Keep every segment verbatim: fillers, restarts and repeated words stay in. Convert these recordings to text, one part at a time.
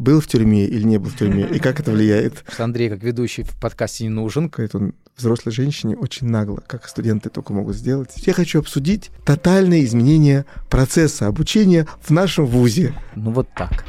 был в тюрьме или не был в тюрьме, и как это влияет. Андрей, как ведущий в подкасте, не нужен. Говорит он взрослой женщине очень нагло, как студенты только могут сделать. Я хочу обсудить тотальное изменение процесса обучения в нашем вузе. Ну вот так.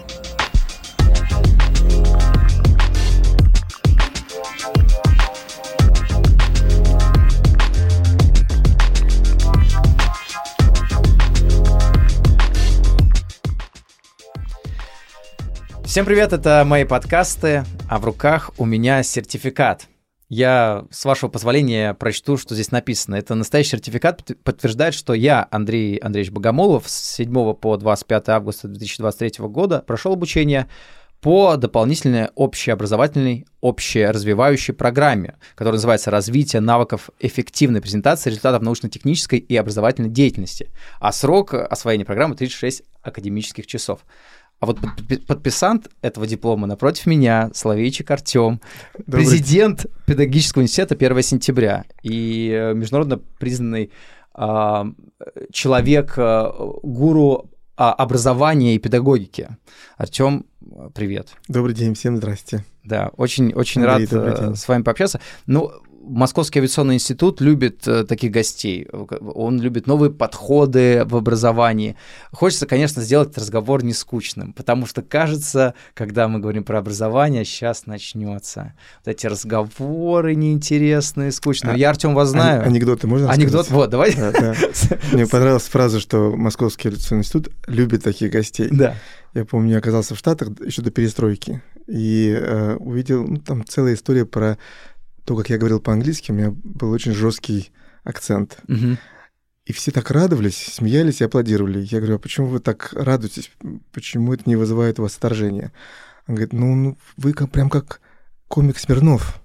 Всем привет, это мои подкасты, а в руках у меня сертификат. Я, с вашего позволения, прочту, что здесь написано. Это настоящий сертификат, подтверждает, что я, Андрей Андреевич Богомолов, с седьмого по двадцать пятое августа две тысячи двадцать третьего года прошел обучение по дополнительной общеобразовательной, общеразвивающей программе, которая называется «Развитие навыков эффективной презентации результатов научно-технической и образовательной деятельности». А срок освоения программы тридцать шесть академических часов. А вот подписант этого диплома напротив меня, Соловейчик Артём, президент педагогического университета первого сентября и международно признанный э, человек, э, гуру э, образования и педагогики. Артём, привет. Добрый день, всем здрасте. Да, очень-очень рад э, с вами пообщаться. Ну, Московский авиационный институт любит э, таких гостей, он любит новые подходы в образовании. Хочется, конечно, сделать разговор не скучным, потому что, кажется, когда мы говорим про образование, сейчас начнется вот эти разговоры неинтересные, скучные. А, Я, Артём, вас знаю. Анекдоты можно Анекдот, сказать? вот, давай. Да, да. Мне понравилась фраза, что Московский авиационный институт любит таких гостей. Да. Я помню, я оказался в Штатах еще до перестройки и э, увидел, ну, там целая история про то, как я говорил по-английски, у меня был очень жесткий акцент. Угу. И все так радовались, смеялись и аплодировали. Я говорю, а почему вы так радуетесь? Почему это не вызывает у вас отторжения? Он говорит, ну, ну вы как, прям как комик Смирнов.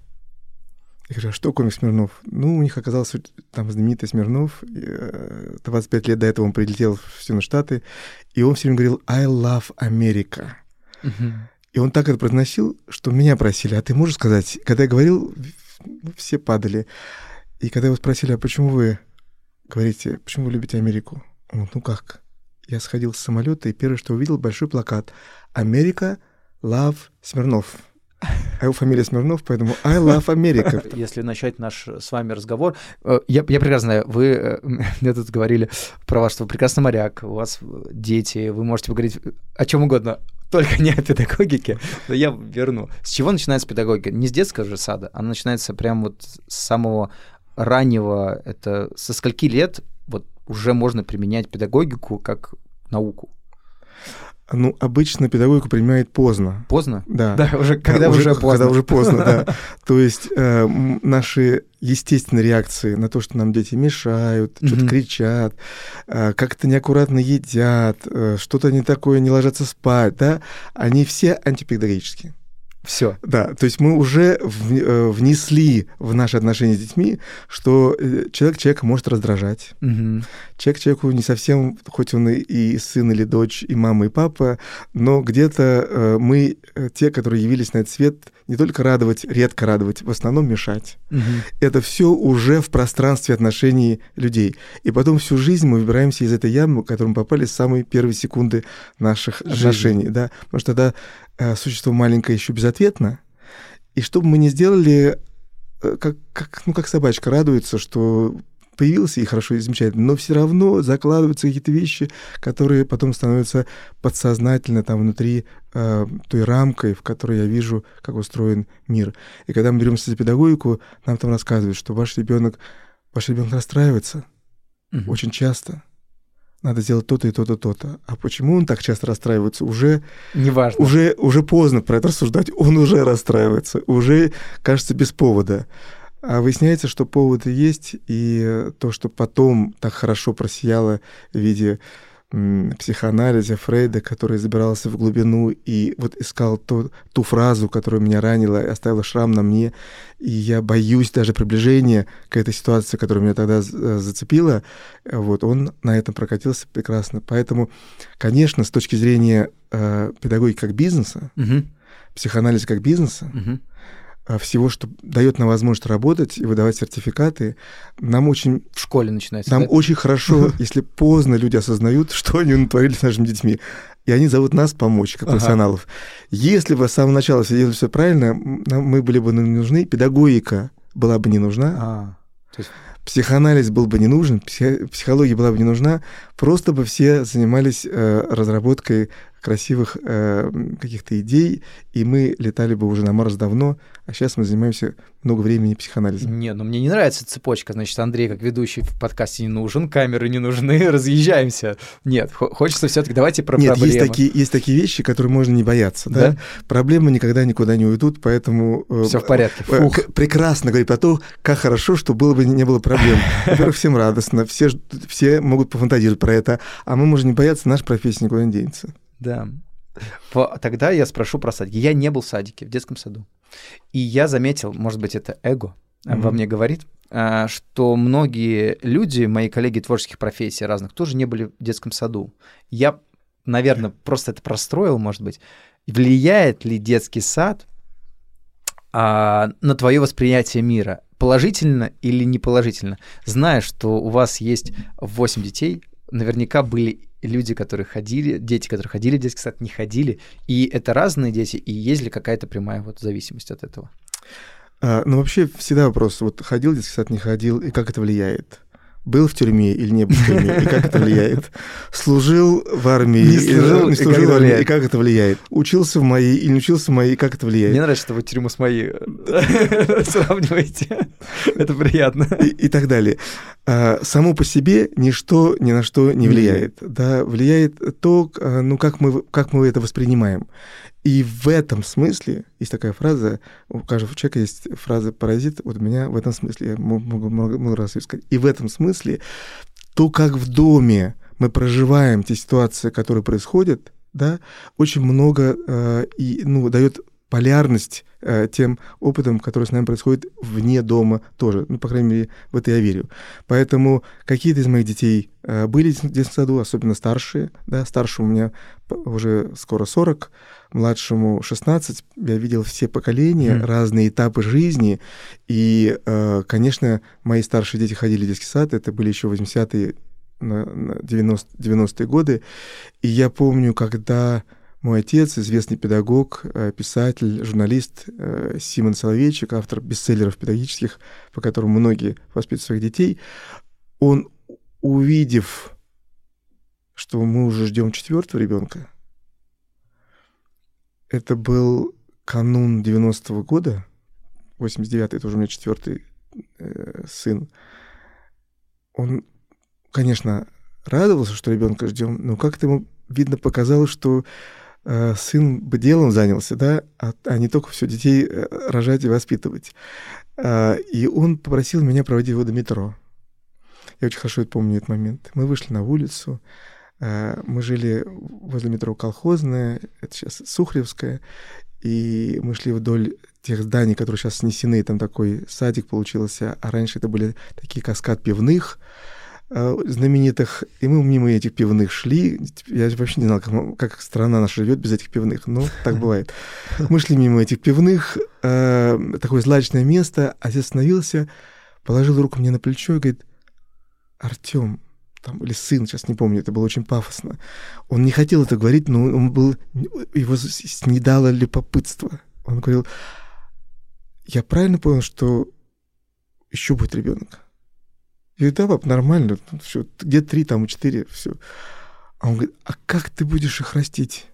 Я говорю, а что комик Смирнов? Ну, у них оказался там знаменитый Смирнов. двадцать пять лет до этого он прилетел в Соединенные Штаты, и он все время говорил «I love America». Угу. И он так это произносил, что меня просили, а ты можешь сказать? Когда я говорил, все падали. И когда его спросили, а почему вы говорите, почему вы любите Америку? Он говорит, ну как? Я сходил с самолета, и первое, что увидел, большой плакат «Америка, love Смирнов». А его фамилия Смирнов, поэтому I love America. Если начать наш с вами разговор, я, я прекрасно знаю, вы мне тут говорили про вас, что вы прекрасный моряк, у вас дети, вы можете поговорить о чем угодно, только не о педагогике, но я верну. С чего начинается педагогика? Не с детского же сада, она начинается прямо вот с самого раннего, это со скольки лет вот уже можно применять педагогику как науку? Ну, обычно педагогику применяют поздно. Поздно? Да. Да, уже, когда, уже, уже поздно. Когда уже поздно, да. То есть э, наши естественные реакции на то, что нам дети мешают, mm-hmm. что-то кричат, э, как-то неаккуратно едят, э, что-то не такое, не ложатся спать, да, они все антипедагогические. Все. Да, то есть мы уже внесли в наши отношения с детьми, что человек человека может раздражать. Угу. Человек человеку не совсем, хоть он и сын или дочь, и мама, и папа, но где-то мы, те, которые явились на этот свет, не только радовать, редко радовать, в основном мешать. Угу. Это все уже в пространстве отношений людей. И потом всю жизнь мы выбираемся из этой ямы, в которую мы попали с самой первой секунды наших Жизнь. отношений. Да? Потому что тогда э, существо маленькое еще безответно. И что бы мы ни сделали, э, как, как, ну, как собачка радуется, что появился и хорошо, и замечательно, но все равно закладываются какие-то вещи, которые потом становятся подсознательно там внутри э, той рамкой, в которой я вижу, как устроен мир. И когда мы беремся за педагогику, нам там рассказывают, что ваш ребенок, ваш ребенок расстраивается угу. очень часто. Надо сделать то-то и то-то, то-то. А почему он так часто расстраивается? Уже, Неважно. уже, уже поздно про это рассуждать. Он уже расстраивается, уже, кажется, без повода. А выясняется, что поводы есть, и то, что потом так хорошо просияло в виде м, психоанализа Фрейда, который забирался в глубину и вот искал то, ту фразу, которая меня ранила и оставила шрам на мне, и я боюсь даже приближения к этой ситуации, которая меня тогда зацепила, вот, он на этом прокатился прекрасно. Поэтому, конечно, с точки зрения э, педагогики как бизнеса, угу. психоанализа как бизнеса, угу. всего, что дает нам возможность работать и выдавать сертификаты, нам очень... В школе начинается. Нам да? очень хорошо, если поздно люди осознают, что они натворили с нашими детьми. и они зовут нас помочь, как профессионалов. Ага. Если бы с самого начала все делали все правильно, мы были бы не нужны, педагогика была бы не нужна, а, то есть... психоанализ был бы не нужен, психология была бы не нужна, просто бы все занимались э, разработкой красивых э, каких-то идей, и мы летали бы уже на Марс давно, а сейчас мы занимаемся много времени психоанализом. Не, ну мне не нравится цепочка, значит, Андрей как ведущий в подкасте не нужен, камеры не нужны, разъезжаемся. Нет, хочется все-таки давайте про Нет, проблемы. Нет, есть такие, есть такие вещи, которые можно не бояться, да? да? Проблемы никогда никуда не уйдут, поэтому... Все в порядке. Э, э, прекрасно говорить про то, как хорошо, что было бы не было проблем. Во-первых, всем радостно, все, все могут пофантазировать про это, а мы можем не бояться, наша профессия никуда не денется. Да. Тогда я спрошу про садики. Я не был в садике, в детском саду. И я заметил, может быть, это эго mm-hmm. во мне говорит, что многие люди, мои коллеги творческих профессий разных, тоже не были в детском саду. Я, наверное, просто это простроил, может быть. Влияет ли детский сад на твое восприятие мира? Положительно или неположительно? Зная, что у вас есть восемь детей, наверняка были люди, которые ходили, дети, которые ходили в детский сад, не ходили, и это разные дети, и есть ли какая-то прямая вот зависимость от этого? А, ну, вообще всегда вопрос, вот ходил в детский сад, не ходил, и как это влияет? Был в тюрьме или не был в тюрьме, и как это влияет? Служил в армии не служил, не служил в армии, и как это влияет? Учился в МАИ или не учился в МАИ, и как это влияет? Мне нравится, что вы тюрьму с МАИ сравниваете. Это приятно. И, и так далее. А, само по себе ничто ни на что не влияет. Да, влияет то, ну, как мы, как мы это воспринимаем. И в этом смысле есть такая фраза, у каждого человека есть фраза «паразит», вот у меня в этом смысле, я могу много, много раз ее сказать, и в этом смысле то, как в доме мы проживаем те ситуации, которые происходят, да, очень много э, и, ну, дает полярность э, тем опытам, которые с нами происходят вне дома тоже, ну, по крайней мере, в это я верю. Поэтому какие-то из моих детей э, были в детском саду, особенно старшие, да, старшему у меня уже скоро сорок, младшему шестнадцать, я видел все поколения, mm. разные этапы жизни, и, э, конечно, мои старшие дети ходили в детский сад, это были еще восьмидесятые, девяностые годы, и я помню, когда мой отец, известный педагог, писатель, журналист Симон Соловейчик, автор бестселлеров педагогических, по которым многие воспитывают своих детей, он, увидев, что мы уже ждем четвертого ребенка, это был канун девяностого года, восемьдесят девятый, это уже у меня четвертый э, сын, он, конечно, радовался, что ребенка ждем, но как-то ему, видно, показалось, что э, сын бы делом занялся, да, а, а не только все детей рожать и воспитывать. Э, и он попросил меня проводить его до метро. Я очень хорошо помню этот момент. Мы вышли на улицу, э, мы жили возле метро Колхозное, это сейчас Сухаревская, и мы шли вдоль тех зданий, которые сейчас снесены, там такой садик получился, а раньше это были такие каскад пивных, знаменитых, и мы мимо этих пивных шли. Я вообще не знал, как, как страна наша живет без этих пивных, но так бывает. Мы шли мимо этих пивных, э, такое злачное место, а отец остановился, положил руку мне на плечо и говорит: Артём, там, или сын, сейчас не помню, это было очень пафосно. Он не хотел это говорить, но он был, его снедало любопытство. Он говорил: я правильно понял, что еще будет ребенок? Я говорю: да, пап, нормально, все, где три, там четыре, все. А он говорит: а как ты будешь их растить?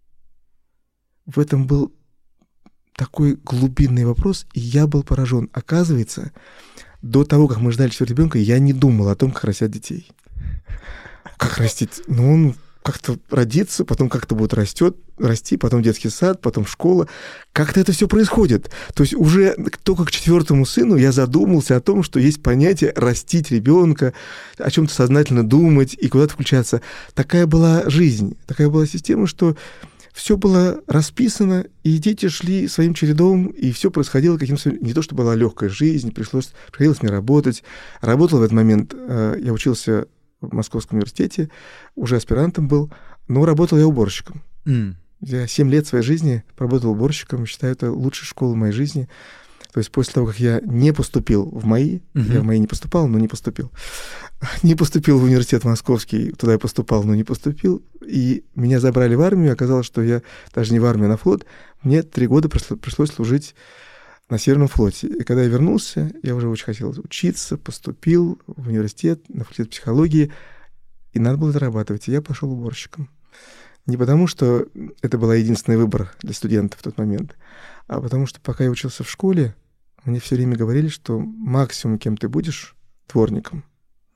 В этом был такой глубинный вопрос, и я был поражен. Оказывается, до того, как мы ждали четвертого ребенка, я не думал о том, как растят детей. Как растить? Ну, он как-то родится, потом как-то будет растет, расти, потом детский сад, потом школа. Как-то это все происходит. То есть уже только к четвертому сыну я задумался о том, что есть понятие растить ребенка, о чем-то сознательно думать и куда-то включаться. Такая была жизнь, такая была система, что все было расписано, и дети шли своим чередом, и все происходило каким-то... Не то, что была легкая жизнь, пришлось, приходилось мне работать. Работал в этот момент, я учился в Московском университете, уже аспирантом был, но работал я уборщиком. Mm. Я семь лет своей жизни поработал уборщиком, считаю, это лучшая школа в моей жизни. То есть после того, как я не поступил в МАИ, uh-huh. я в МАИ не поступал, но не поступил, не поступил в университет московский, туда я поступал, но не поступил, и меня забрали в армию, оказалось, что я даже не в армию, а на флот, мне три года пришло, пришлось служить на Северном флоте. И когда я вернулся, я уже очень хотел учиться, поступил в университет, на факультет психологии, и надо было зарабатывать, и я пошел уборщиком. Не потому, что это был единственный выбор для студента в тот момент, а потому что пока я учился в школе, мне все время говорили, что максимум, кем ты будешь, дворником.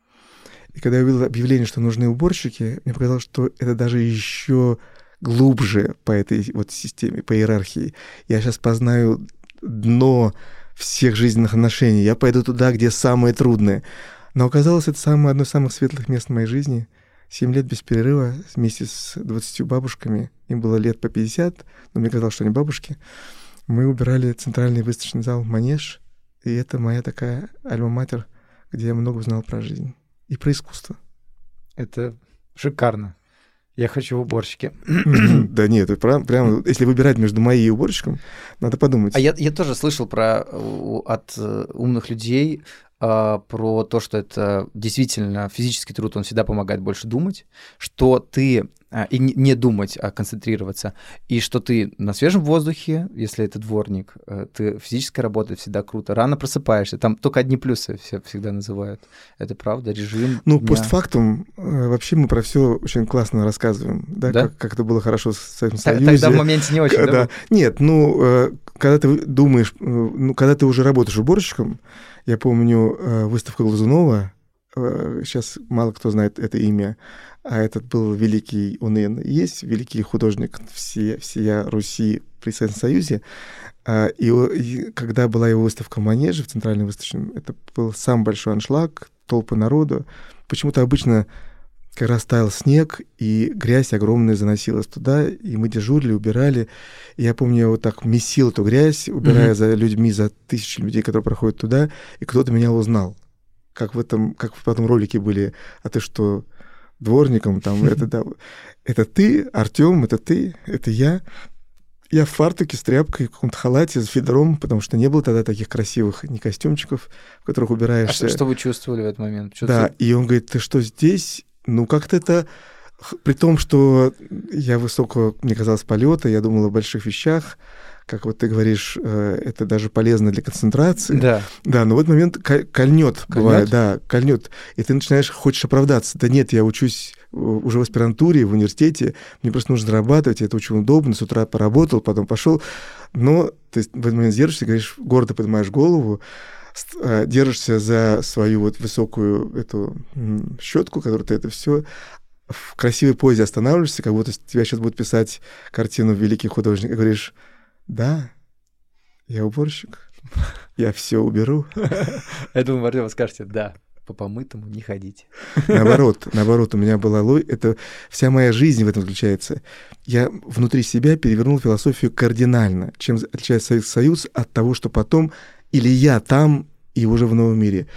И когда я увидел объявление, что нужны уборщики, мне показалось, что это даже еще глубже по этой вот системе, по иерархии. Я сейчас познаю дно всех жизненных отношений. Я пойду туда, где самое трудное. Но оказалось, это самое, одно из самых светлых мест в моей жизни. Семь лет без перерыва вместе с двадцатью бабушками. Им было лет по пятьдесят, но мне казалось, что они бабушки. Мы убирали центральный выставочный зал «Манеж», и это моя такая альма-матер, где я много узнал про жизнь и про искусство. Это шикарно. Я хочу в уборщике. Да нет, прям, если выбирать между МАИ и уборщиком, надо подумать. А я, я тоже слышал про, от умных людей про то, что это действительно физический труд, он всегда помогает больше думать, что ты, и не думать, а концентрироваться, и что ты на свежем воздухе, если это дворник, ты физическая работа всегда круто, рано просыпаешься, там только одни плюсы все всегда называют. Это правда, режим Ну, дня. Постфактум, вообще мы про все очень классно рассказываем, да, да? Как, как это было хорошо в Советском Союзе. Тогда в моменте не очень, когда... да? Нет, ну, когда ты думаешь, ну, когда ты уже работаешь уборщиком, я помню выставку Глазунова, сейчас мало кто знает это имя, а этот был великий, он и есть великий художник всея, всея Руси при Советском Союзе. И, и когда была его выставка в Манеже, в Центральном выставочном, это был самый большой аншлаг, толпы народу. Почему-то обычно как раз таял снег, и грязь огромная заносилась туда, и мы дежурили, убирали. И я помню, я вот так месил эту грязь, убирая mm-hmm. за людьми, за тысячи людей, которые проходят туда, и кто-то меня узнал. Как в этом, как в этом ролике были, а ты что, дворником там, это, да, это ты, Артём, это ты, это я. Я в фартуке с тряпкой, в каком-то халате, с федером, потому что не было тогда таких красивых ни костюмчиков, в которых убираешься. А что вы чувствовали в этот момент? Что да, ты... и он говорит, ты что, здесь? Ну, как-то это... При том, что я высокого, мне казалось, полета, я думал о больших вещах, как вот ты говоришь, это даже полезно для концентрации. Да. Да, но в этот момент кольнет, бывает, да, кольнет. И ты начинаешь, хочешь оправдаться. Да нет, я учусь уже в аспирантуре, в университете, мне просто нужно зарабатывать, это очень удобно, с утра поработал, потом пошел. Но ты в этот момент держишься, говоришь, гордо поднимаешь голову, держишься за свою вот высокую эту щетку, которую ты это все в красивой позе останавливаешься, как будто тебя сейчас будут писать картину великий художник, и говоришь, да, я уборщик, я все уберу. Я думаю, Артём, вы скажете, да, по помытому не ходите. Наоборот, наоборот, у меня была логика, это вся моя жизнь в этом заключается. Я внутри себя перевернул философию кардинально, чем отличается Советский Союз от того, что потом или я там, и уже в новом мире.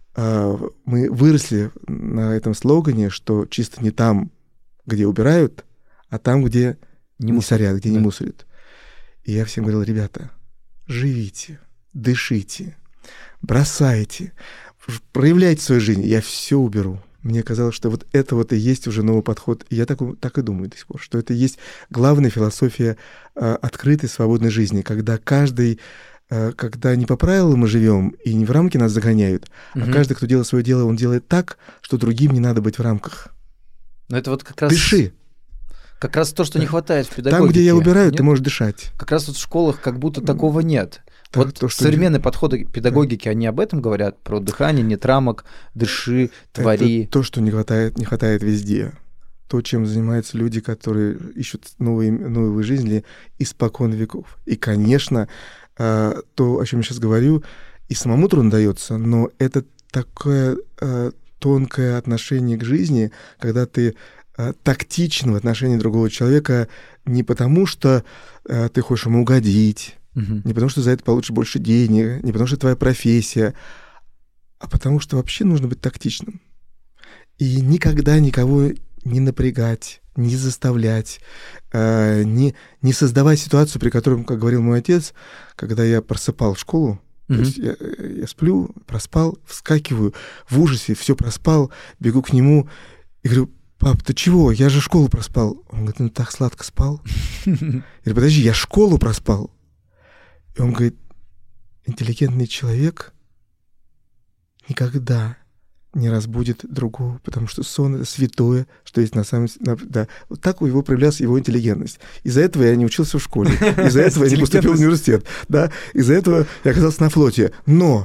Мы выросли на этом слогане, что чисто не там, где убирают, а там, где не, не сорят, где да. не мусорят. И я всем говорил, ребята, живите, дышите, бросайте, проявляйте свою жизнь, я все уберу. Мне казалось, что вот это вот и есть уже новый подход. И я так, так и думаю до сих пор, что это и есть главная философия э, открытой, свободной жизни, когда каждый, э, когда не по правилам мы живем и не в рамки нас загоняют, угу. а каждый, кто делает свое дело, он делает так, что другим не надо быть в рамках. Но это вот как раз... Дыши. Как раз то, что не хватает в педагогике. Там, где я убираю, нет? Ты можешь дышать. Как раз вот в школах как будто такого нет. Так, вот то, что современные подходы к педагогике, они об этом говорят, про дыхание, нет рамок, дыши, твори. Это то, что не хватает, не хватает везде. То, чем занимаются люди, которые ищут новые, новые жизни испокон веков. И, конечно, то, о чем я сейчас говорю, и самому трудно дается, но это такое тонкое отношение к жизни, когда ты тактичен в отношении другого человека не потому, что ты хочешь ему угодить, Uh-huh. не потому, что за это получишь больше денег, не потому, что это твоя профессия, а потому, что вообще нужно быть тактичным. И никогда никого не напрягать, не заставлять, э, не, не создавать ситуацию, при которой, как говорил мой отец, когда я просыпал в школу, Mm-hmm. То есть я, я сплю, проспал, вскакиваю в ужасе, все проспал, бегу к нему и говорю: пап, ты чего? Я же школу проспал. Он говорит: ну так сладко спал. Я говорю: подожди, я школу проспал. И он говорит: интеллигентный человек никогда не разбудит другого, потому что сон — это святое, что есть на самом деле. Да. Вот так у него проявлялась его интеллигентность. Из-за этого я не учился в школе, из-за этого я не поступил в университет, да, из-за этого я оказался на флоте. Но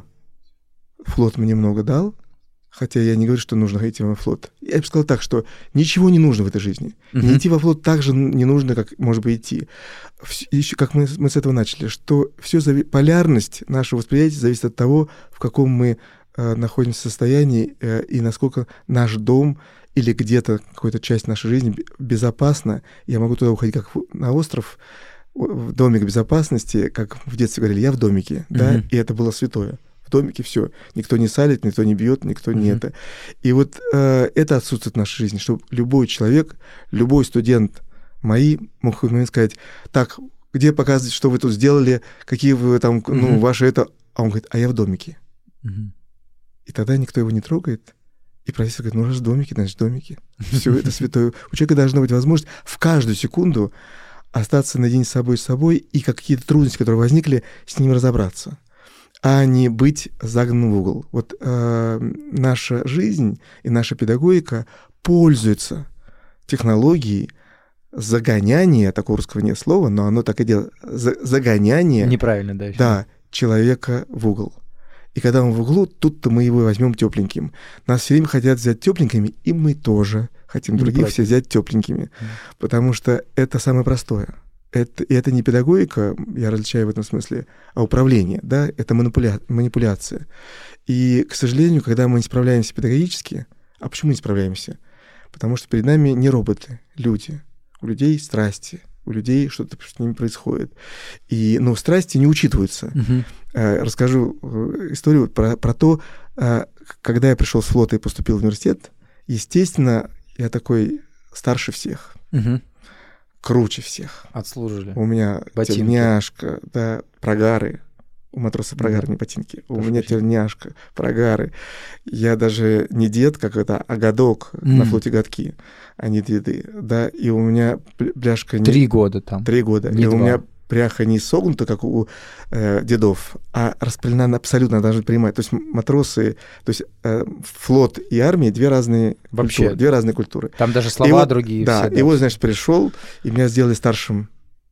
флот мне много дал, хотя я не говорю, что нужно идти во флот. Я бы сказал так, что ничего не нужно в этой жизни. Uh-huh. Не идти во флот так же не нужно, как, может быть, идти. Еще, как мы, мы с этого начали, что все зави... полярность нашего восприятия зависит от того, в каком мы э, находимся состоянии э, и насколько наш дом или где-то какая-то часть нашей жизни безопасна. Я могу туда уходить как на остров, в домик безопасности, как в детстве говорили: я в домике, uh-huh. да, и это было святое. В домике все. Никто не салит, никто не бьет, никто mm-hmm. не это. И вот э, это отсутствует в нашей жизни, чтобы любой человек, любой студент мои мог в момент сказать: так, где показывать, что вы тут сделали, какие вы там, mm-hmm. ну, ваши это... А он говорит: а я в домике. Mm-hmm. И тогда никто его не трогает. И профессор говорит: ну, раз в домике, значит, в домике. Все это святое. У человека должна быть возможность в каждую секунду остаться наедине с собой, с собой, и какие-то трудности, которые возникли, с ними разобраться, а не быть загнанным в угол. Вот э, наша жизнь и наша педагогика пользуются технологией загоняния, такого русского нет слова, но оно так и делает, загоняния неправильно, да, да, человека в угол. И когда он в углу, тут-то мы его возьмем тепленьким. Нас все время хотят взять тепленькими, и мы тоже хотим других все взять тепленькими, mm. потому что это самое простое. Это, и это не педагогика, я различаю в этом смысле, а управление, да, это манипуля... манипуляция. И, к сожалению, когда мы не справляемся педагогически, а почему не справляемся? Потому что перед нами не роботы, люди. У людей страсти, у людей что-то с ними происходит. И, но страсти не учитываются. Uh-huh. Расскажу историю про, про то, когда я пришел с флота и поступил в университет, естественно, я такой старше всех. Uh-huh. Круче всех. Отслужили. У меня ботинки. Тельняшка, да, прогары. У матроса прогары, не ботинки. У меня тельняшка, прогары. Я даже не дед, как это, а годок mm. на флоте годки, а не деды. Да, и у меня бляшка... Не... Три года там. Три года. Не и два. У меня пряха не согнута, как у э, дедов, а распределена абсолютно, должны понимать. То есть матросы, то есть э, флот и армия — две разные Вообще. культуры. Две разные культуры. Там даже слова и вот, другие. Да, все, да, и вот, значит, пришел, и меня сделали старшим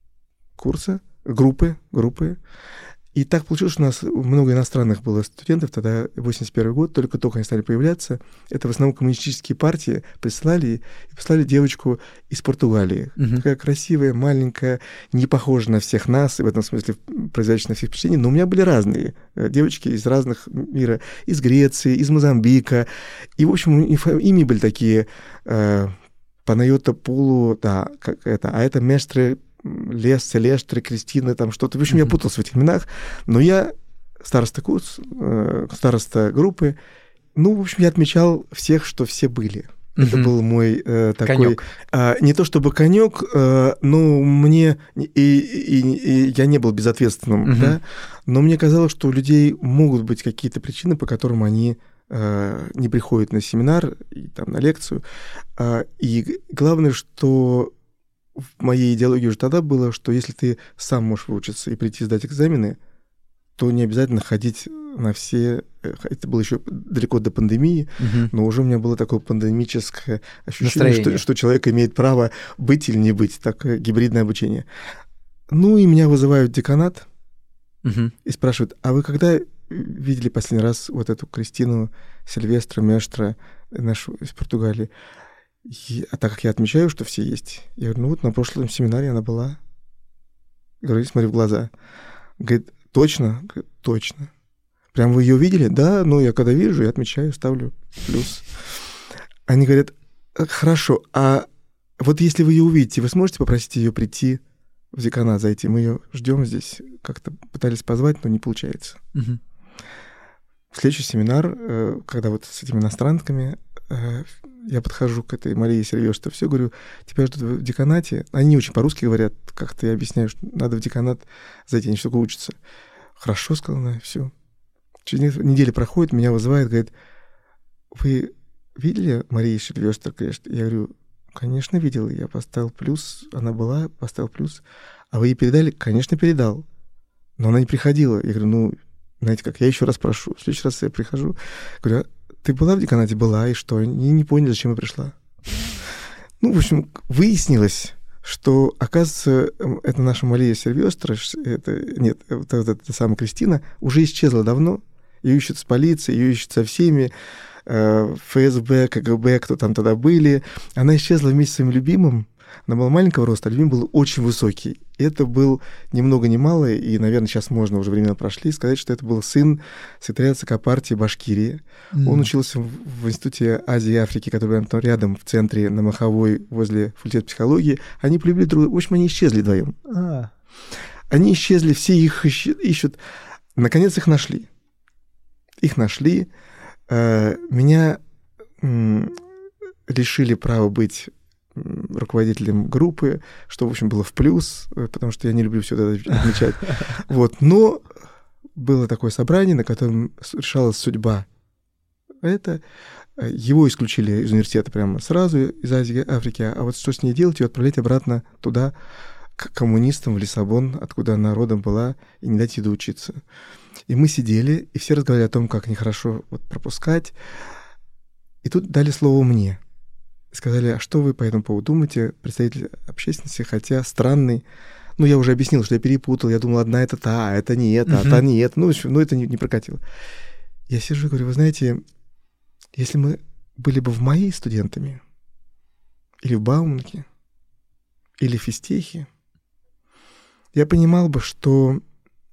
курса, группы, группы. И так получилось, что у нас много иностранных было студентов, тогда восемьдесят первый год, только-только они стали появляться. Это в основном коммунистические партии прислали, и прислали девочку из Португалии. Uh-huh. Такая красивая, маленькая, не похожа на всех нас, и в этом смысле производящая на всех впечатления. Но у меня были разные девочки из разных мира, из Греции, из Мозамбика. И, в общем, ими были такие э, Панайота Пулу, да, как это, а это Местры Лес, Селестры, Кристина, там что-то. В общем, mm-hmm. я путался в этих именах, но я староста курс, э, староста группы. Ну, в общем, я отмечал всех, что все были. Mm-hmm. Это был мой э, такой... Конёк. Э, не то чтобы конёк, э, но мне... И, и, и я не был безответственным, mm-hmm. да, но мне казалось, что у людей могут быть какие-то причины, по которым они э, не приходят на семинар, и, там, на лекцию. Э, и главное, что... В моей идеологии уже тогда было, что если ты сам можешь выучиться и прийти сдать экзамены, то не обязательно ходить на все... Это было еще далеко до пандемии, угу. но уже у меня было такое пандемическое ощущение, что, что человек имеет право быть или не быть. Такое гибридное обучение. Ну и меня вызывают в деканат угу. и спрашивают: а вы когда видели последний раз вот эту Кристину Сильвестра Местра, нашу из Португалии? И, а так как я отмечаю, что все есть, я говорю: ну вот на прошлом семинаре она была. Я говорю: смотри в глаза. Говорит: точно? Говорит: точно. Прям вы ее видели? Да, ну я когда вижу, я отмечаю, ставлю плюс. Они говорят: хорошо, а вот если вы ее увидите, вы сможете попросить ее прийти в деканат зайти? Мы ее ждем здесь, как-то пытались позвать, но не получается. Угу. Следующий семинар, когда вот с этими иностранками, я подхожу к этой Марии Сергеевне, что все, говорю: тебя ждут в деканате. Они не очень по-русски говорят, как-то я объясняю, что надо в деканат зайти, они что-то учатся. Хорошо, сказала она, все. Через неделю проходит, меня вызывает, говорит, вы видели Марию Сильвестр? Я говорю, конечно, видел. Я поставил плюс, она была, поставил плюс. А вы ей передали? Конечно, передал. Но она не приходила. Я говорю, ну, знаете как, я еще раз прошу. В следующий раз я прихожу. Говорю, ты была в деканате? Была. И что? Они не поняли, зачем я пришла. Ну, в общем, выяснилось, что, оказывается, это наша Мария Сильвестр, это, нет, это, это, это самая Кристина, уже исчезла давно. Ее ищут с полицией, ее ищут со всеми. эф эс бэ, ка гэ бэ, кто там тогда были. Она исчезла вместе с своим любимым. Она была маленького роста, а любимый был очень высокий. Это был ни много ни мало, и, наверное, сейчас можно, уже времена прошли, сказать, что это был сын секретаря ЦК партии Башкирии. Mm. Он учился в, в Институте Азии и Африки, который там рядом, в центре, на Маховой, возле факультета психологии. Они полюбили друг друга. В общем, они исчезли вдвоем. Ah. Они исчезли, все их ищут. Наконец их нашли. Их нашли. Меня лишили права быть руководителем группы, что, в общем, было в плюс, потому что я не люблю все это отмечать. Вот. Но было такое собрание, на котором решалась судьба. Это его исключили из университета прямо сразу, из Азии и Африки. А вот что с ней делать? Ее отправлять обратно туда, к коммунистам, в Лиссабон, откуда она родом была, и не дать ей доучиться. И мы сидели, и все разговаривали о том, как нехорошо вот пропускать. И тут дали слово мне. Сказали, а что вы по этому поводу думаете, представитель общественности, хотя странный. Ну, я уже объяснил, что я перепутал, я думал, одна это та, а это не это, uh-huh. а та не это. Ну, ну это не, не прокатило. Я сижу и говорю, вы знаете, если мы были бы в МАИ студентами, или в Бауманке, или в физтехе, я понимал бы, что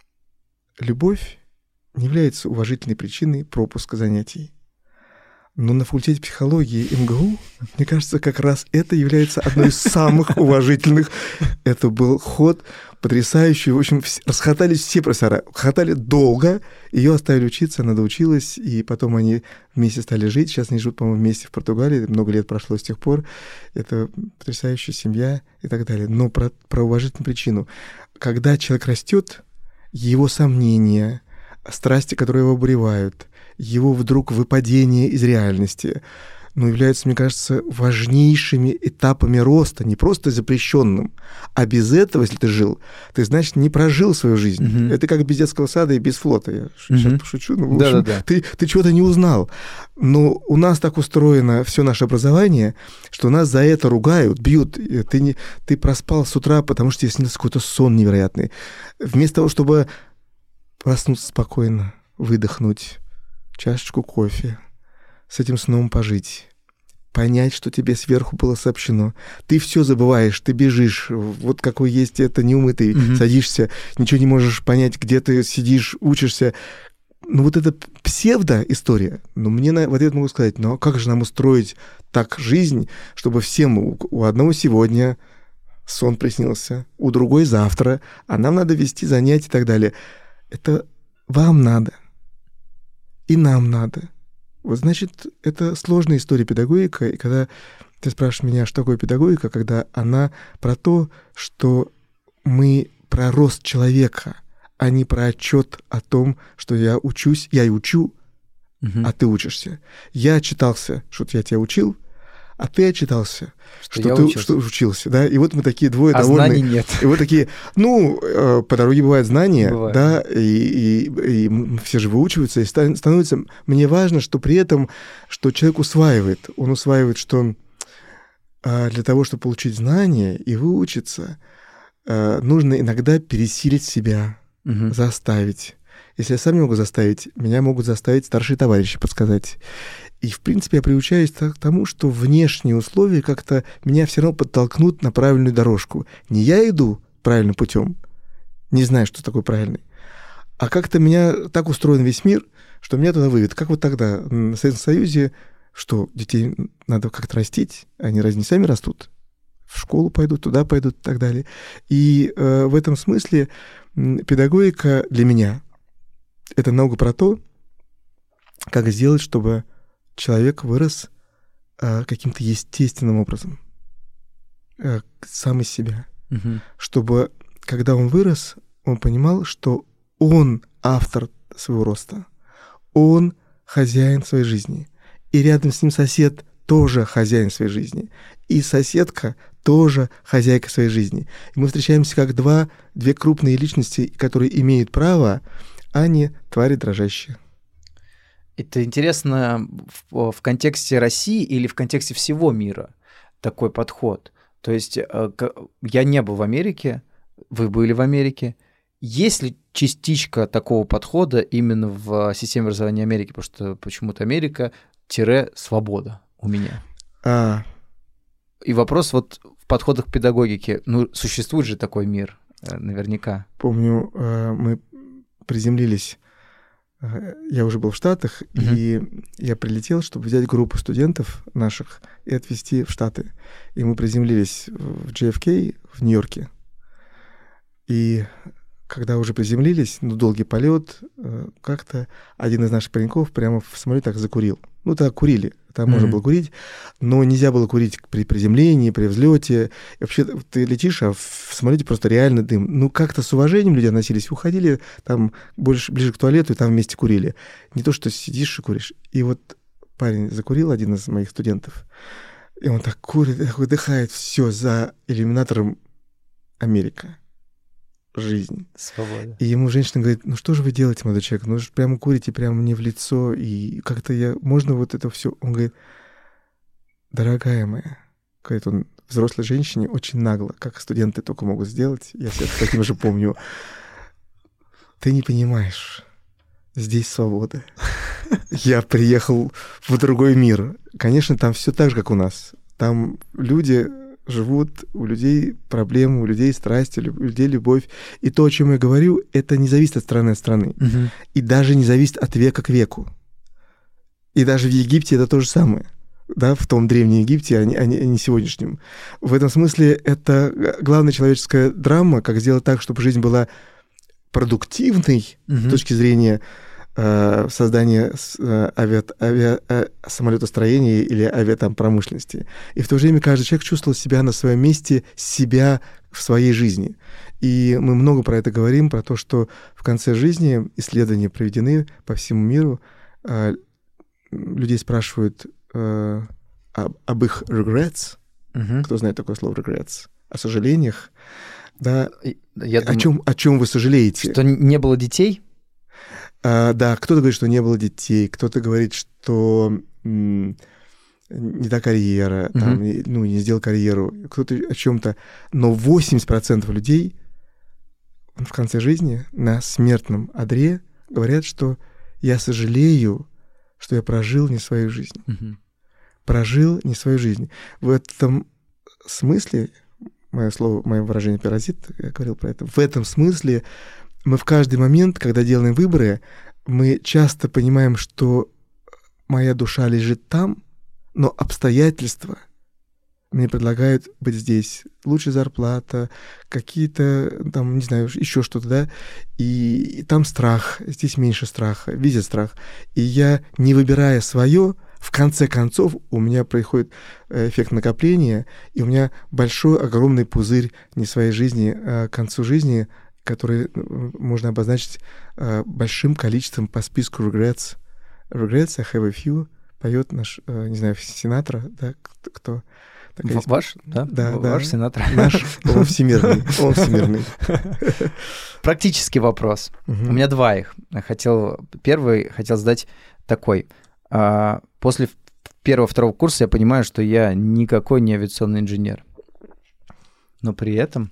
любовь не является уважительной причиной пропуска занятий. Но на факультете психологии эм гэ у, мне кажется, как раз это является одной из самых уважительных. Это был ход потрясающий. В общем, расхотались все профессора. Хохотали долго, ее оставили учиться, она доучилась, и потом они вместе стали жить. Сейчас они живут, по-моему, вместе в Португалии. Много лет прошло с тех пор. Это потрясающая семья и так далее. Но про, про уважительную причину. Когда человек растет, его сомнения, страсти, которые его обуревают, его вдруг выпадение из реальности, ну, являются, мне кажется, важнейшими этапами роста, не просто запрещенным, а без этого, если ты жил, ты, значит, не прожил свою жизнь. Uh-huh. Это как без детского сада и без флота. Я uh-huh. сейчас пошучу, но, в общем, Да-да-да. ты, ты чего-то не узнал. Но у нас так устроено все наше образование, что нас за это ругают, бьют. Ты, не, ты проспал с утра, потому что тебе снился какой-то сон невероятный. Вместо того, чтобы проснуться спокойно, выдохнуть, чашечку кофе, с этим сном пожить, понять, что тебе сверху было сообщено. Ты все забываешь, ты бежишь, вот какой есть это неумытый, mm-hmm. садишься, ничего не можешь понять, где ты сидишь, учишься. Ну вот это псевдо-история. Но мне на, в ответ могу сказать, ну а как же нам устроить так жизнь, чтобы всем, у, у одного сегодня сон приснился, у другой завтра, а нам надо вести занятия и так далее. Это вам надо. И нам надо. Вот значит, это сложная история педагогика, и когда ты спрашиваешь меня, что такое педагогика, когда она про то, что мы про рост человека, а не про отчет о том, что я учусь, я и учу, угу. а ты учишься. Я отчитался, что я тебя учил, а ты отчитался, что, что ты учился. Что учился, да, и вот мы такие двое а довольные. Знаний нет. И вот такие, ну, э, по дороге бывают знания, бывает. Да, и, и, и все же выучиваются, и становится... Мне важно, что при этом, что человек усваивает, он усваивает, что э, для того, чтобы получить знания и выучиться, э, нужно иногда пересилить себя, угу. заставить. Если я сам не могу заставить, меня могут заставить старшие товарищи подсказать. И, в принципе, я приучаюсь к тому, что внешние условия как-то меня все равно подтолкнут на правильную дорожку. Не я иду правильным путем, не знаю, что такое правильный, а как-то меня так устроен весь мир, что меня туда выведет. Как вот тогда в Советском Союзе, что детей надо как-то растить, они разве не сами растут? В школу пойдут, туда пойдут и так далее. И э, в этом смысле педагогика для меня — это наука про то, как сделать, чтобы человек вырос э, каким-то естественным образом, э, сам из себя. Угу. Чтобы, когда он вырос, он понимал, что он автор своего роста, он хозяин своей жизни. И рядом с ним сосед тоже хозяин своей жизни. И соседка тоже хозяйка своей жизни. И мы встречаемся как два, две крупные личности, которые имеют право, а не твари дрожащие. Это интересно в, в контексте России или в контексте всего мира такой подход? То есть я не был в Америке, вы были в Америке. Есть ли частичка такого подхода именно в системе образования Америки? Потому что почему-то Америка-свобода у меня. А... И вопрос вот в подходах к педагогике. Ну, существует же такой мир, наверняка. Помню, мы приземлились, я уже был в Штатах, uh-huh. и я прилетел, чтобы взять группу студентов наших и отвезти в Штаты. И мы приземлились в джей эф кей в Нью-Йорке. И когда уже приземлились, ну, долгий полет, как-то один из наших пареньков прямо в самолете так закурил. Ну, так курили, там mm-hmm. можно было курить, но нельзя было курить при приземлении, при взлете. И вообще ты летишь, а в самолете просто реально дым. Ну, как-то с уважением люди относились, уходили там больше, ближе к туалету, и там вместе курили. Не то, что сидишь и куришь. И вот парень закурил, один из моих студентов, и он так курит, так выдыхает, все за иллюминатором Америка. Жизнь. Свобода. И ему женщина говорит: ну что же вы делаете, молодой человек? Ну же прямо курите прямо мне в лицо, и как-то я... Можно вот это все? Он говорит: дорогая моя, говорит он взрослой женщине очень нагло, как студенты только могут сделать, я себя таким же помню. Ты не понимаешь, здесь свобода. Я приехал в другой мир. Конечно, там все так же, как у нас. Там люди... живут, у людей проблемы, у людей страсти, у людей любовь. И то, о чем я говорю, это не зависит от страны от страны. Uh-huh. И даже не зависит от века к веку. И даже в Египте это то же самое. Да, в том древнем Египте, а не, а не, а не сегодняшнем. В этом смысле это главная человеческая драма, как сделать так, чтобы жизнь была продуктивной uh-huh. с точки зрения создание авиа, авиа, самолетостроения или авиапромышленности. И в то же время каждый человек чувствовал себя на своем месте, себя в своей жизни. И мы много про это говорим, про то, что в конце жизни исследования проведены по всему миру. Людей спрашивают об, об их regrets. Uh-huh. Кто знает такое слово regrets? О сожалениях. Да. Я о, думаю, чем, о чем вы сожалеете? Что не было детей? А, да, кто-то говорит, что не было детей, кто-то говорит, что м, не та карьера, uh-huh. там, не, ну, не сделал карьеру, кто-то о чем-то. Но восемьдесят процентов людей в конце жизни на смертном одре говорят, что я сожалею, что я прожил не свою жизнь. Uh-huh. Прожил не свою жизнь. В этом смысле, мое слово, мое выражение паразит, я говорил про это, в этом смысле мы в каждый момент, когда делаем выборы, мы часто понимаем, что моя душа лежит там, но обстоятельства мне предлагают быть здесь. Лучшая зарплата, какие-то, там, не знаю, еще что-то, да, и, и там страх, здесь меньше страха, везде страх. И я, не выбирая свое, в конце концов у меня происходит эффект накопления, и у меня большой, огромный пузырь не своей жизни, а к концу жизни, который можно обозначить uh, большим количеством по списку regrets. Regrets, I have a few, поет наш, uh, не знаю, Синатра, да, кто? В- ваш, да? Да, в- да. Ваш Синатра. Наш, он всемирный, он всемирный. Практический вопрос. Uh-huh. У меня два их. Хотел, первый хотел задать такой. А, после первого-второго курса я понимаю, что я никакой не авиационный инженер. Но при этом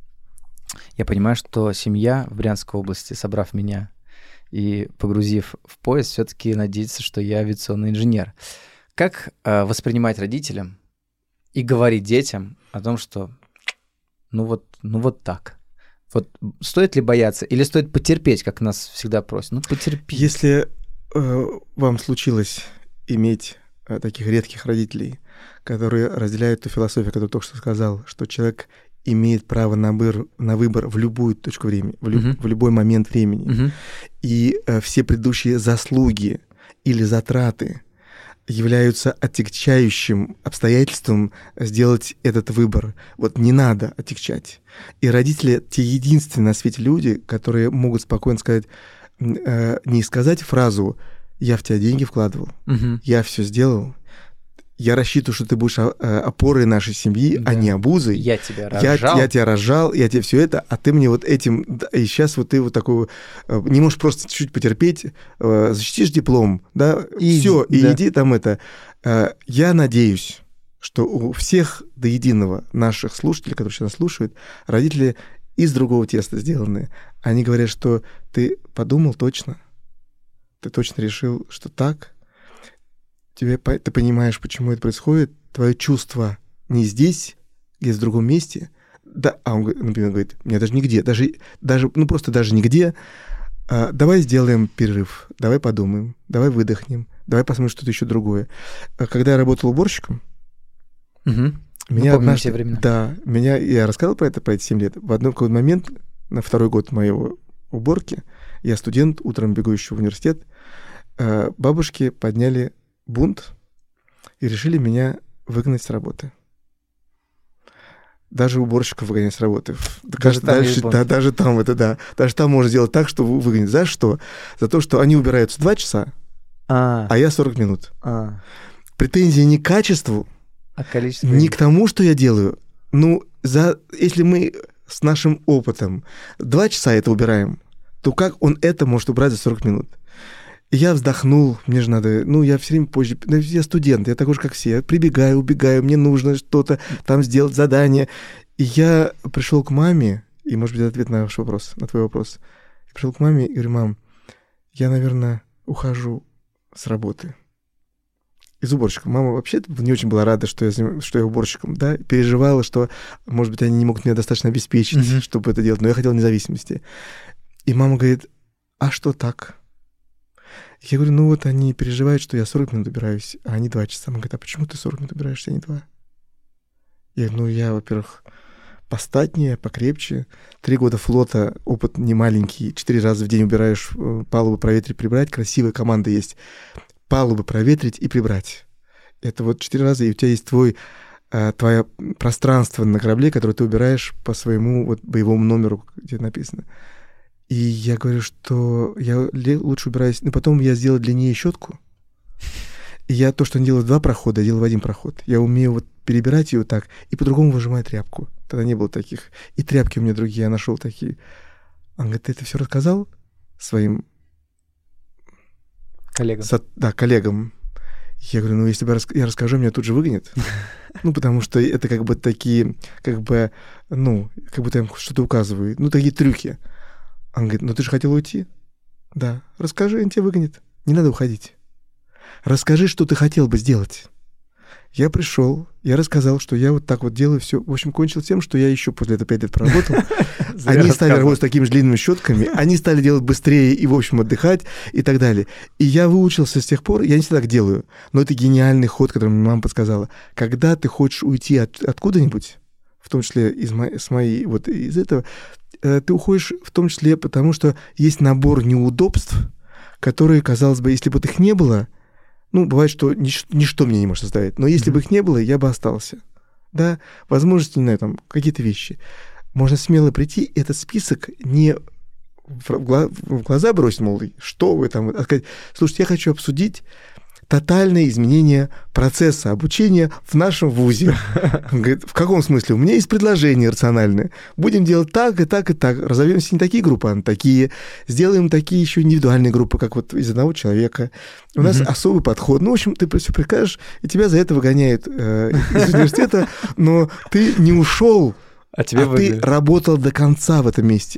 я понимаю, что семья в Брянской области, собрав меня и погрузив в поезд, все-таки надеется, что я авиационный инженер. Как э, воспринимать родителям и говорить детям о том, что ну вот, ну вот так? Вот стоит ли бояться или стоит потерпеть, как нас всегда просят? Ну потерпи. Если э, вам случилось иметь э, таких редких родителей, которые разделяют ту философию, которую я только что сказал, что человек имеет право на выбор, на выбор в любую точку времени, в, люб, uh-huh. в любой момент времени. Uh-huh. И э, все предыдущие заслуги или затраты являются отягчающим обстоятельством сделать этот выбор. Вот не надо отягчать. И родители — те единственные на свете люди, которые могут спокойно сказать, э, не сказать фразу я в тебя деньги вкладывал, угу. я все сделал, я рассчитываю, что ты будешь опорой нашей семьи, да. а не обузой. Я тебя рожал. Я, я тебя рожал, я тебе все это, а ты мне вот этим... И сейчас вот ты вот такой... Не можешь просто чуть-чуть потерпеть, защитишь диплом, да, и все, да. и иди там это. Я надеюсь, что у всех до единого наших слушателей, которые сейчас нас слушают, родители из другого теста сделаны. Они говорят, что ты подумал точно, ты точно решил, что так... Тебе, ты понимаешь, почему это происходит, твое чувство не здесь, где-то в другом месте. Да, а он, например, говорит, мне даже нигде, даже, даже, ну просто даже нигде. А, давай сделаем перерыв, давай подумаем, давай выдохнем, давай посмотрим что-то еще другое. А, когда я работал уборщиком, угу. меня однажды... Да, меня, я рассказывал про это, про эти семь лет. В один какой-то момент, на второй год моего уборки, я студент, утром бегущий в университет, бабушки подняли бунт и решили меня выгнать с работы. Даже уборщиков выгонять с работы. Даже, даже, там, да, даже там это, да. Даже там можно сделать так, что выгонять. За что? За то, что они убираются два часа, а, а я сорок минут. А. Претензии не к качеству, а количество... не к тому, что я делаю. Ну, за... если мы с нашим опытом два часа это убираем, то как он это может убрать за сорок минут? Я вздохнул, мне же надо, ну, я все время позже, я студент, я такой же, как все, я прибегаю, убегаю, мне нужно что-то там сделать, задание. И я пришел к маме, и, может быть, это ответ на ваш вопрос, на твой вопрос. Я пришел к маме и говорю, мам, я, наверное, ухожу с работы. Из уборщика. Мама вообще не очень была рада, что я, что я уборщиком, да, переживала, что, может быть, они не могут меня достаточно обеспечить, mm-hmm. чтобы это делать, но я хотел независимости. И мама говорит, а что так? Я говорю, ну вот они переживают, что я сорок минут убираюсь, а они два часа. Она говорит, а почему ты сорок минут убираешься, а не два? Я говорю, ну я, во-первых, постатнее, покрепче. Три года флота, опыт не маленький. Четыре раза в день убираешь палубы, проветрить, прибрать. Красивая команда есть. Палубы проветрить и прибрать. Это вот четыре раза, и у тебя есть твой, твое пространство на корабле, которое ты убираешь по своему вот боевому номеру, где написано. И я говорю, что я лучше убираюсь. Ну, потом я сделал длиннее щетку. И я то, что он делал в два прохода, я делал в один проход. Я умею вот перебирать ее так и по-другому выжимать тряпку. Тогда не было таких. И тряпки у меня другие, я нашел такие. Он говорит, ты это все рассказал своим... Коллегам. Со... Да, коллегам. Я говорю, ну, если бы я расскажу, меня тут же выгонят. Ну, потому что это как бы такие, как бы, ну, как будто я им что-то указываю. Ну, такие трюки. Он говорит, ну ты же хотел уйти? Да. Расскажи, он тебя выгонит. Не надо уходить. Расскажи, что ты хотел бы сделать. Я пришел, я рассказал, что я вот так вот делаю все. В общем, кончил тем, что я еще после этого пять лет проработал. Они стали работать с такими же длинными щетками, они стали делать быстрее и, в общем, отдыхать и так далее. И я выучился с тех пор, я не всегда так делаю, но это гениальный ход, который мне мама подсказала. Когда ты хочешь уйти от, откуда-нибудь, в том числе из мо- с моей, вот из этого, ты уходишь в том числе потому, что есть набор неудобств, которые, казалось бы, если бы их не было, ну, бывает, что нич- ничто мне не может составить, но если mm-hmm. бы их не было, я бы остался. Да, возможности, не знаю, там, какие-то вещи. Можно смело прийти, этот список не в, гла- в глаза бросить, мол, что вы там, а сказать, слушайте, я хочу обсудить тотальное изменение процесса обучения в нашем вузе. Он говорит, в каком смысле? У меня есть предложение рациональное. Будем делать так и так и так. Разовьемся не такие группы, а такие. Сделаем такие еще индивидуальные группы, как вот из одного человека. У mm-hmm. нас особый подход. Ну, в общем, ты все прикажешь, и тебя за это выгоняют э, из университета, но ты не ушел, а, тебе а ты работал до конца в этом месте.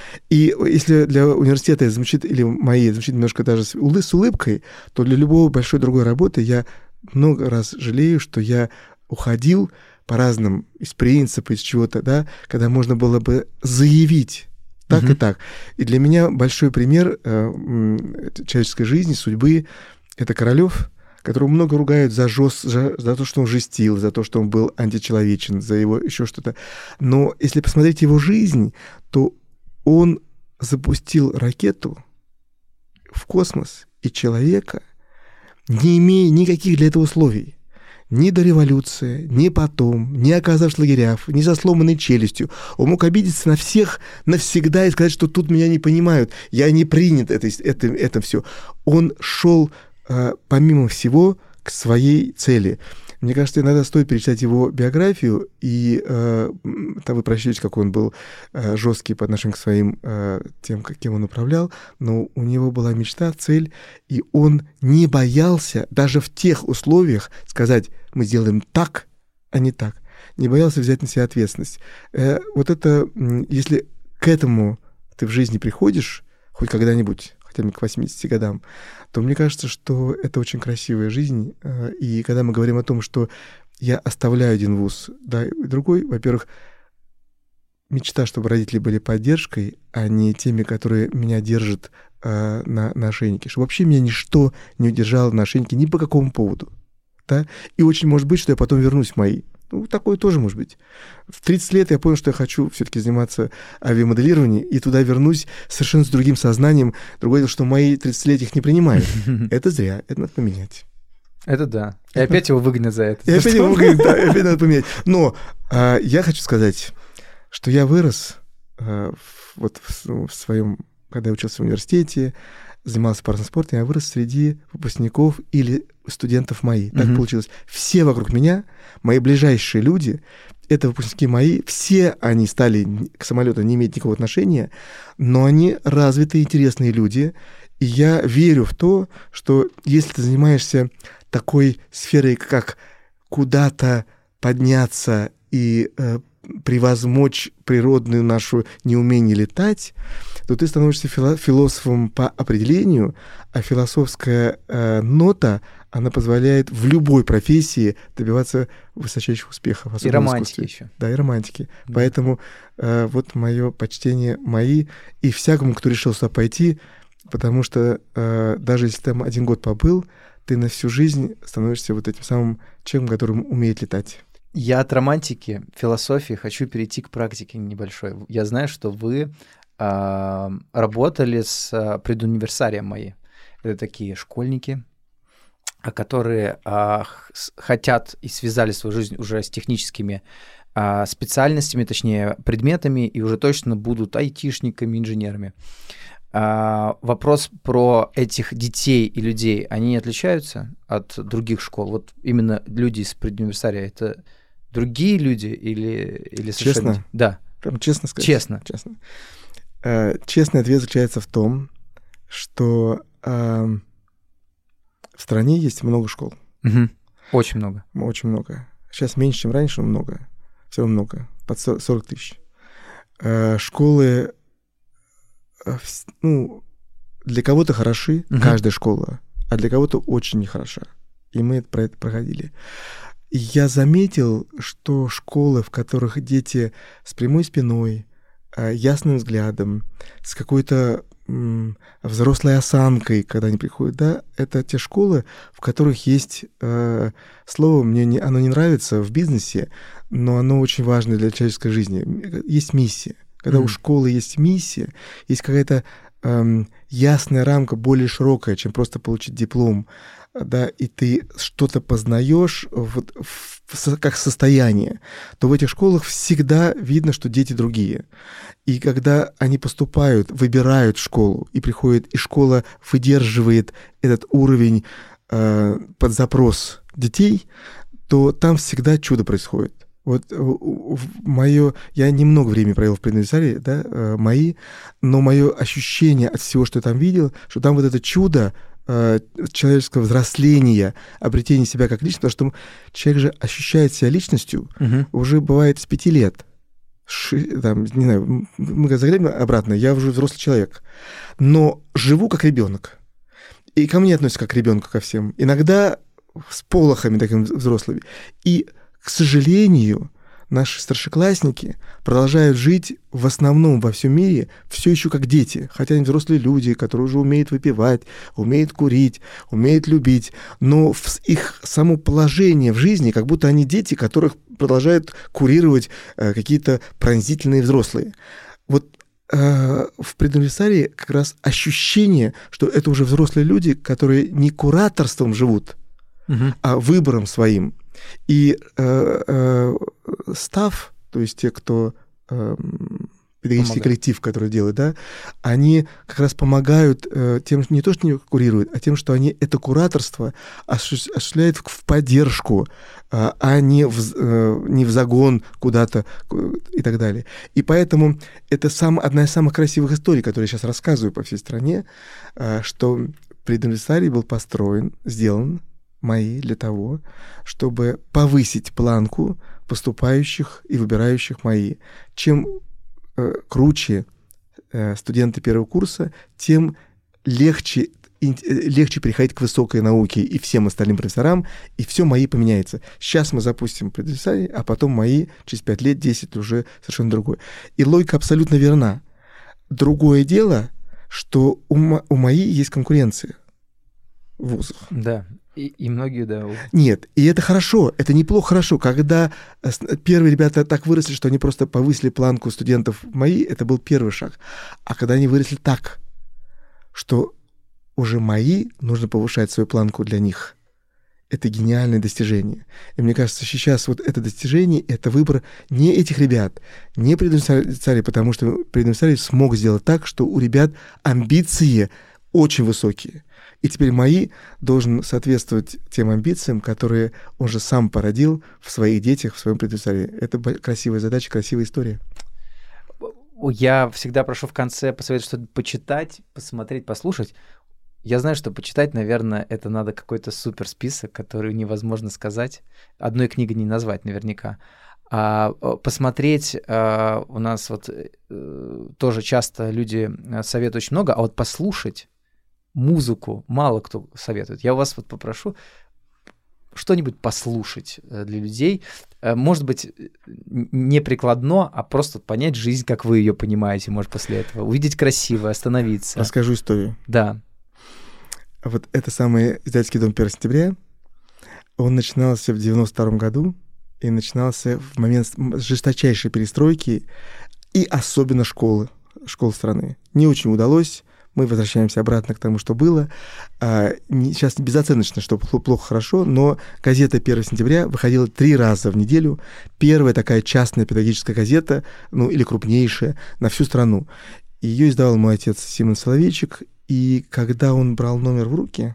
И если для университета это звучит, или моей звучит немножко даже с, улы, с улыбкой, то для любой большой другой работы я много раз жалею, что я уходил по разным, из принципа, из чего-то, да, когда можно было бы заявить так uh-huh. и так. И для меня большой пример э, человеческой жизни, судьбы — это Королёв, которого много ругают за, жест, за, за то, что он жестил, за то, что он был античеловечен, за его еще что-то. Но если посмотреть его жизнь, то он запустил ракету в космос и человека, не имея никаких для этого условий. ни до революции, ни потом, ни оказавшись в лагерях, ни со сломанной челюстью. Он мог обидеться на всех навсегда и сказать, что тут меня не понимают, я не принят, это, это, это все. Он шел, помимо всего, к своей цели. Мне кажется, иногда стоит перечитать его биографию, и э, там вы прочтете, как он был э, жесткий по отношению к своим э, тем, кем он управлял, но у него была мечта, цель, и он не боялся даже в тех условиях сказать, мы сделаем так, а не так. Не боялся взять на себя ответственность. Э, вот это, если к этому ты в жизни приходишь, хоть когда-нибудь, хотя бы к восьмидесяти годам, то мне кажется, что это очень красивая жизнь. И когда мы говорим о том, что я оставляю один вуз, да, и другой, во-первых, мечта, чтобы родители были поддержкой, а не теми, которые меня держат э, на, на ошейнике. Чтобы вообще меня ничто не удержало на ошейнике ни по какому поводу. Да? И очень может быть, что я потом вернусь в мои. Ну, такое тоже может быть. В тридцать лет я понял, что я хочу все-таки заниматься авиамоделированием, и туда вернусь совершенно с другим сознанием. Другое дело, что мои тридцать лет их не принимают. Это зря, это надо поменять. Это да. И опять его выгонят за это. И опять его выгонят, да, и опять надо поменять. Но а, я хочу сказать, что я вырос а, вот в, в своем, когда я учился в университете, занимался парусным спортом, я вырос среди выпускников или студентов мои. Так mm-hmm. получилось. Все вокруг меня, мои ближайшие люди, это выпускники мои, все они стали к самолету не иметь никакого отношения, но они развитые, интересные люди. И я верю в то, что если ты занимаешься такой сферой, как куда-то подняться и э, превозмочь природную нашу неумение летать, то ты становишься фило- философом по определению, а философская э, нота, она позволяет в любой профессии добиваться высочайших успехов. И романтики еще. Да, и романтики. Да. Поэтому э, вот мое почтение мои и всякому, кто решил сюда пойти, потому что э, даже если там один год побыл, ты на всю жизнь становишься вот этим самым человеком, который умеет летать. Я от романтики, философии хочу перейти к практике небольшой. Я знаю, что вы э, работали с э, предуниверсарием мои. Это такие школьники, которые э, хотят и связали свою жизнь уже с техническими э, специальностями, точнее предметами, и уже точно будут айтишниками, инженерами. Э, вопрос про этих детей и людей, они отличаются от других школ? Вот именно люди из предуниверсария, это другие люди или, или совершенно... Честно? Да. Прям честно сказать? Честно. Честно. Э, честный ответ заключается в том, что э, в стране есть много школ. Угу. Очень много. Очень много. Сейчас меньше, чем раньше, но много. Все равно много. Под сорок тысяч. Э, школы, э, ну, для кого-то хороши, угу. каждая школа, а для кого-то очень нехороша. И мы про это проходили. И я заметил, что школы, в которых дети с прямой спиной, ясным взглядом, с какой-то м, взрослой осанкой, когда они приходят, да, это те школы, в которых есть э, слово, мне не, оно не нравится в бизнесе, но оно очень важно для человеческой жизни. Есть миссия. Когда mm-hmm. у школы есть миссия, есть какая-то э, ясная рамка, более широкая, чем просто получить диплом, да, и ты что-то познаешь вот, в, как состояние, то в этих школах всегда видно, что дети другие. И когда они поступают, выбирают школу, и приходят, и школа выдерживает этот уровень э, под запрос детей, то там всегда чудо происходит. Вот мое, я немного времени провел в предуниверсарии, да, э, мои, но мое ощущение от всего, что я там видел, что там вот это чудо человеческого взросления, обретения себя как личности, потому что человек же ощущает себя личностью uh-huh. уже бывает с пяти лет. Ши, там, не знаю, мы заглянем обратно, я уже взрослый человек, но живу как ребенок. И ко мне относятся как к ребенку ко всем. Иногда с полохами такими взрослыми. И, к сожалению, наши старшеклассники продолжают жить в основном во всем мире все еще как дети, хотя они взрослые люди, которые уже умеют выпивать, умеют курить, умеют любить, но в их само положение в жизни, как будто они дети, которых продолжают курировать э, какие-то пронзительные взрослые. Вот э, в предуниверсарии как раз ощущение, что это уже взрослые люди, которые не кураторством живут, угу. а выбором своим. И э, э, став, то есть те, кто... Э, педагогический коллектив, который делает, да, они как раз помогают э, тем, не то, что не курируют, а тем, что они это кураторство осуществляют в поддержку, э, а не в, э, не в загон куда-то и так далее. И поэтому это сам, одна из самых красивых историй, которые я сейчас рассказываю по всей стране, э, что прединвестарий был построен, сделан МАИ для того, чтобы повысить планку поступающих и выбирающих МАИ. Чем круче студенты первого курса, тем легче, легче переходить к высокой науке и всем остальным профессорам, и все МАИ поменяется. Сейчас мы запустим предвестарий, а потом МАИ через пять лет, десять уже совершенно другое. И логика абсолютно верна. Другое дело, что у, у МАИ есть конкуренция в вузах. Да. И, и многие, да. Нет, и это хорошо, это неплохо хорошо. Когда первые ребята так выросли, что они просто повысили планку студентов в МАИ, это был первый шаг. А когда они выросли так, что уже МАИ нужно повышать свою планку для них, это гениальное достижение. И мне кажется, сейчас вот это достижение, это выбор не этих ребят, не прединвестарий, потому что прединвестарий смог сделать так, что у ребят амбиции очень высокие. И теперь МАИ должен соответствовать тем амбициям, которые он же сам породил в своих детях, в своем предвестарии. Это красивая задача, красивая история. Я всегда прошу в конце посоветовать что-то почитать, посмотреть, послушать. Я знаю, что почитать, наверное, это надо какой-то супер список, который невозможно сказать. Одной книгой не назвать наверняка. А посмотреть, а, у нас вот а, тоже часто люди советуют очень много, а вот послушать музыку мало кто советует. Я у вас вот попрошу что-нибудь послушать для людей. Может быть, не прикладно, а просто понять жизнь, как вы ее понимаете, может, после этого. Увидеть красиво, остановиться. Расскажу историю. Да. Вот это самый издательский дом первого сентября. Он начинался в девяносто втором году и начинался в момент жесточайшей перестройки и особенно школы, школ страны. Не очень удалось. Мы возвращаемся обратно к тому, что было. Сейчас безоценочно, что плохо, хорошо, но газета первого сентября выходила три раза в неделю. Первая такая частная педагогическая газета, ну или крупнейшая, на всю страну. Ее издавал мой отец Симон Соловейчик, и когда он брал номер в руки,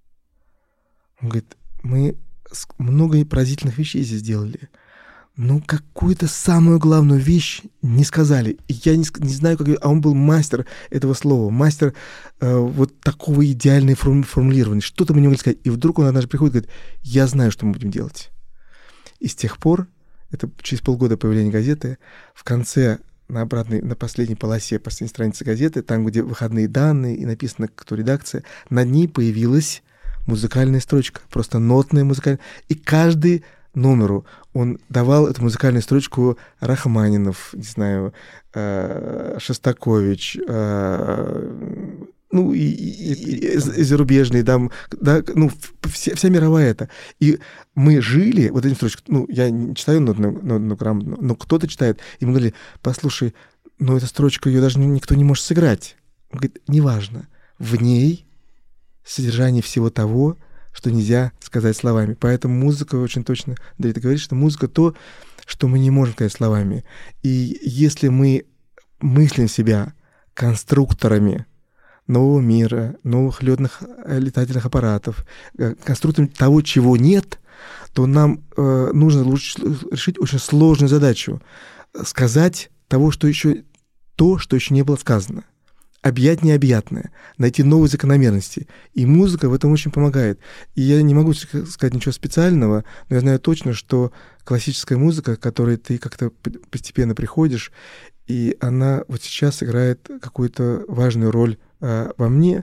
он говорит, мы много поразительных вещей здесь сделали. Но какую-то самую главную вещь не сказали. И я не, не знаю, как... А он был мастер этого слова, мастер э, вот такого идеального форм, формулирования. Что-то мы не могли сказать. И вдруг он однажды приходит и говорит, я знаю, что мы будем делать. И с тех пор, это через полгода появления газеты, в конце, на обратной, на последней полосе, последней странице газеты, там, где выходные данные и написано, кто редакция, над ней появилась музыкальная строчка. Просто нотная музыкальная. И каждый номеру он давал эту музыкальную строчку Рахманинов, не знаю, э, Шостакович, э, ну, и, и, и, и зарубежные, да, да, ну, вся, вся мировая это. И мы жили, вот этим строчкой, ну, я не читаю нотную, нотную грамоту, но кто-то читает, и мы говорили, послушай, ну, эта строчка, ее даже никто не может сыграть. Он говорит, неважно, в ней содержание всего того, что нельзя сказать словами. Поэтому музыка очень точно, Давид говорит, что музыка то, что мы не можем сказать словами. И если мы мыслим себя конструкторами нового мира, новых летных летательных аппаратов, конструкторами того, чего нет, то нам э, нужно решить очень сложную задачу. Сказать того, что еще, то, что еще не было сказано. Объять необъятное, найти новые закономерности. И музыка в этом очень помогает. И я не могу сказать ничего специального, но я знаю точно, что классическая музыка, к которой ты как-то постепенно приходишь, и она вот сейчас играет какую-то важную роль э, во мне.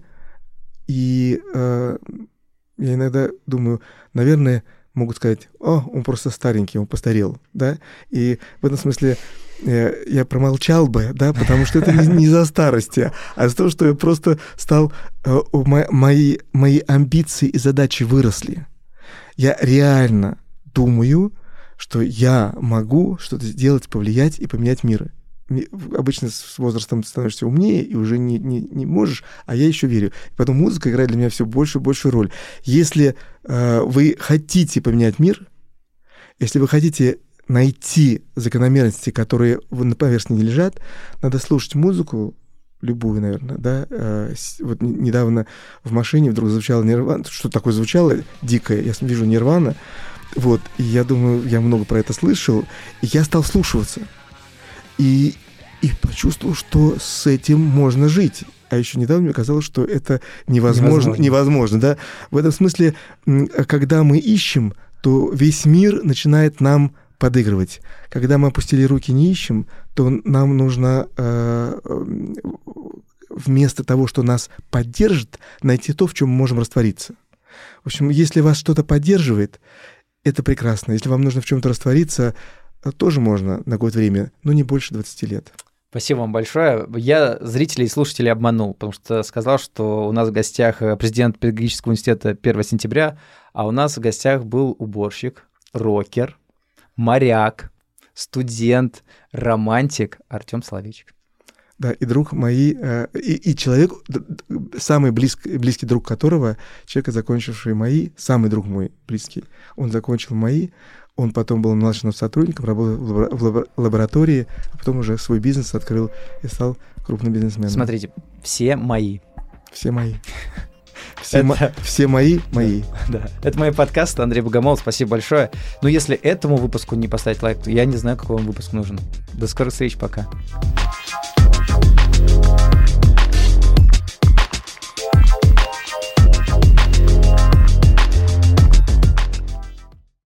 И э, я иногда думаю, наверное, могут сказать, о, он просто старенький, он постарел, да? И в этом смысле я промолчал бы, да, потому что это не, не за старости, а за то, что я просто стал, мои, мои амбиции и задачи выросли. Я реально думаю, что я могу что-то сделать, повлиять и поменять мир. Обычно с возрастом ты становишься умнее и уже не, не, не можешь, а я еще верю. И поэтому музыка играет для меня все больше и большую роль. Если э, вы хотите поменять мир, Если вы хотите найти закономерности, которые на поверхности не лежат, надо слушать музыку, любую, наверное, да. Вот недавно в машине вдруг звучало Нирвана, что такое звучало дикое, я вижу Нирвана, вот, и я думаю, я много про это слышал, и я стал вслушиваться, и, и почувствовал, что с этим можно жить. А еще недавно мне казалось, что это невозможно, невозможно, невозможно, да. В этом смысле, когда мы ищем, то весь мир начинает нам подыгрывать. Когда мы опустили руки, не ищем, то нам нужно э, вместо того, что нас поддержит, найти то, в чем мы можем раствориться. В общем, если вас что-то поддерживает, это прекрасно. Если вам нужно в чем-то раствориться, тоже можно на какое-то время, но не больше двадцати лет. Спасибо вам большое. Я зрителей и слушателей обманул, потому что сказал, что у нас в гостях президент педагогического университета первого сентября, а у нас в гостях был уборщик, рокер, моряк, студент, романтик Артём Соловейчик. Да, и друг мои, и, и человек, самый близкий, близкий друг которого, человек, закончивший МАИ, самый друг мой близкий, он закончил МАИ, он потом был научным сотрудником, работал в лаборатории, а потом уже свой бизнес открыл и стал крупным бизнесменом. Смотрите, все мои. Все мои. Все, это... мо... все мои, мои. Да, да. Это мои подкасты. Андрей Богомолов, спасибо большое. Но если этому выпуску не поставить лайк, то я не знаю, какой вам выпуск нужен. До скорых встреч, пока.